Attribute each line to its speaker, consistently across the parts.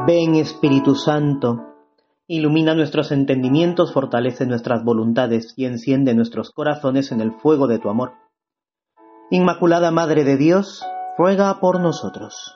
Speaker 1: Ven Espíritu Santo, ilumina nuestros entendimientos, fortalece nuestras voluntades y enciende nuestros corazones en el fuego de tu amor. Inmaculada Madre de Dios, ruega por nosotros.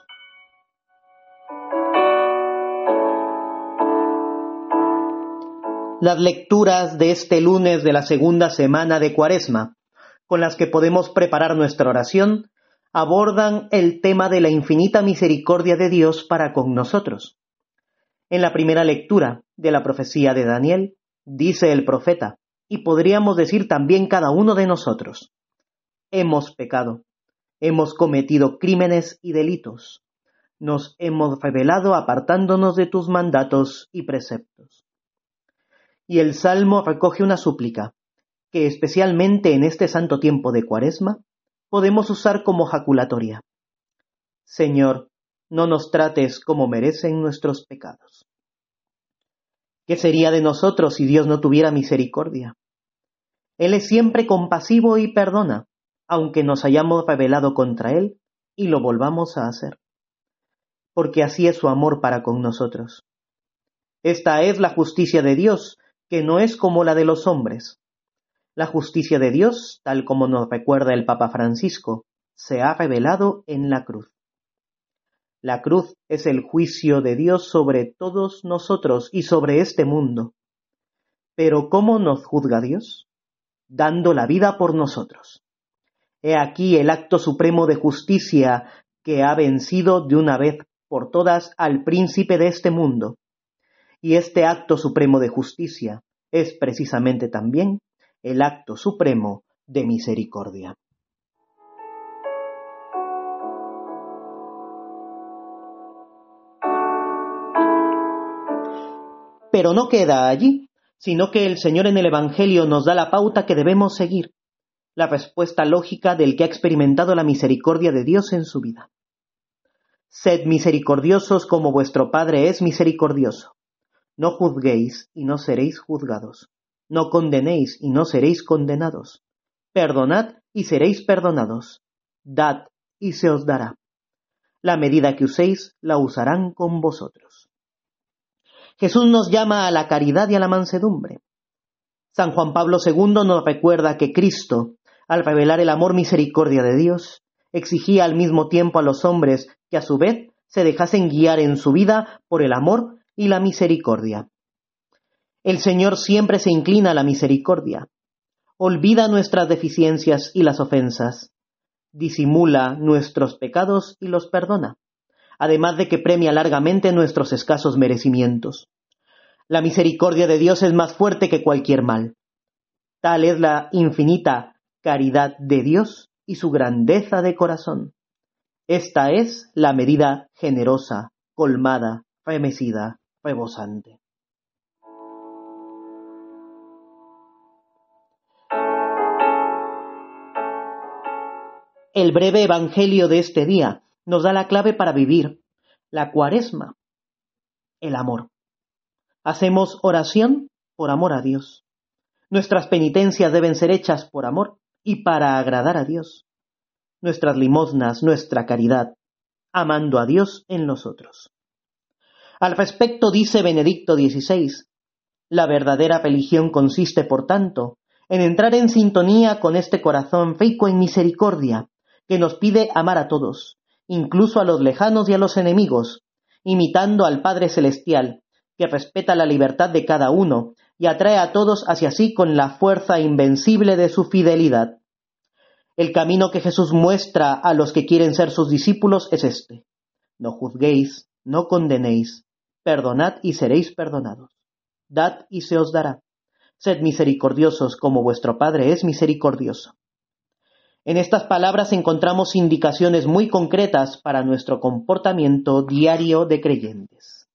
Speaker 1: Las lecturas de este lunes de la segunda semana de Cuaresma, con las que podemos preparar nuestra oración, abordan el tema de la infinita misericordia de Dios para con nosotros. En la primera lectura de la profecía de Daniel, dice el profeta, y podríamos decir también cada uno de nosotros: hemos pecado, hemos cometido crímenes y delitos, nos hemos rebelado apartándonos de tus mandatos y preceptos. Y el Salmo recoge una súplica, que especialmente en este santo tiempo de Cuaresma, podemos usar como jaculatoria. Señor, no nos trates como merecen nuestros pecados. ¿Qué sería de nosotros si Dios no tuviera misericordia? Él es siempre compasivo y perdona, aunque nos hayamos rebelado contra Él y lo volvamos a hacer. Porque así es su amor para con nosotros. Esta es la justicia de Dios, que no es como la de los hombres. La justicia de Dios, tal como nos recuerda el Papa Francisco, se ha revelado en la cruz. La cruz es el juicio de Dios sobre todos nosotros y sobre este mundo. Pero ¿cómo nos juzga Dios? Dando la vida por nosotros. He aquí el acto supremo de justicia que ha vencido de una vez por todas al príncipe de este mundo. Y este acto supremo de justicia es precisamente también el acto supremo de misericordia. Pero no queda allí, sino que el Señor en el Evangelio nos da la pauta que debemos seguir, la respuesta lógica del que ha experimentado la misericordia de Dios en su vida. Sed misericordiosos como vuestro Padre es misericordioso. No juzguéis y no seréis juzgados. No condenéis y no seréis condenados. Perdonad y seréis perdonados. Dad y se os dará. La medida que uséis la usarán con vosotros. Jesús nos llama a la caridad y a la mansedumbre. San Juan Pablo II nos recuerda que Cristo, al revelar el amor misericordia de Dios, exigía al mismo tiempo a los hombres que a su vez se dejasen guiar en su vida por el amor y la misericordia. El Señor siempre se inclina a la misericordia, olvida nuestras deficiencias y las ofensas, disimula nuestros pecados y los perdona, además de que premia largamente nuestros escasos merecimientos. La misericordia de Dios es más fuerte que cualquier mal. Tal es la infinita caridad de Dios y su grandeza de corazón. Esta es la medida generosa, colmada, remecida, rebosante. El breve evangelio de este día nos da la clave para vivir la Cuaresma, el amor. Hacemos oración por amor a Dios. Nuestras penitencias deben ser hechas por amor y para agradar a Dios. Nuestras limosnas, nuestra caridad, amando a Dios en nosotros. Al respecto dice Benedicto XVI, la verdadera religión consiste, por tanto, en entrar en sintonía con este corazón rico en misericordia, que nos pide amar a todos, incluso a los lejanos y a los enemigos, imitando al Padre Celestial, que respeta la libertad de cada uno y atrae a todos hacia sí con la fuerza invencible de su fidelidad. El camino que Jesús muestra a los que quieren ser sus discípulos es este: no juzguéis, no condenéis, perdonad y seréis perdonados. Dad y se os dará. Sed misericordiosos como vuestro Padre es misericordioso. En estas palabras encontramos indicaciones muy concretas para nuestro comportamiento diario de creyentes.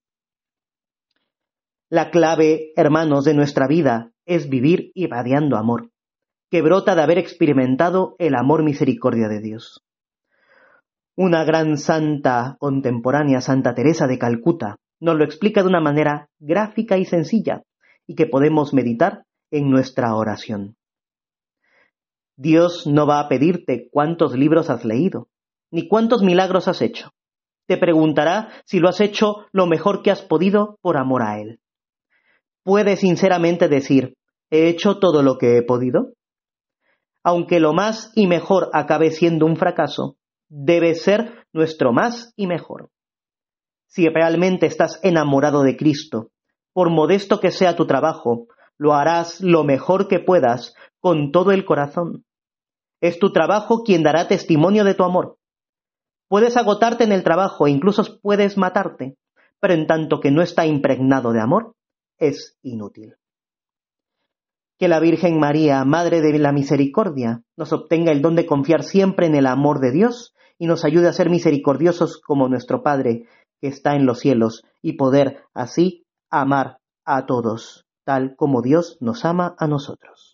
Speaker 1: La clave, hermanos, de nuestra vida es vivir irradiando amor, que brota de haber experimentado el amor misericordia de Dios. Una gran santa contemporánea, Santa Teresa de Calcuta, nos lo explica de una manera gráfica y sencilla y que podemos meditar en nuestra oración. Dios no va a pedirte cuántos libros has leído, ni cuántos milagros has hecho. te preguntará si lo has hecho lo mejor que has podido por amor a Él. ¿Puedes sinceramente decir, ¿he hecho todo lo que he podido? Aunque lo más y mejor acabe siendo un fracaso, debe ser nuestro más y mejor. Si realmente estás enamorado de Cristo, por modesto que sea tu trabajo, lo harás lo mejor que puedas con todo el corazón. Es tu trabajo quien dará testimonio de tu amor. Puedes agotarte en el trabajo e incluso puedes matarte, pero en tanto que no está impregnado de amor, es inútil. Que la Virgen María, Madre de la Misericordia, nos obtenga el don de confiar siempre en el amor de Dios y nos ayude a ser misericordiosos como nuestro Padre que está en los cielos y poder así amar a todos, tal como Dios nos ama a nosotros.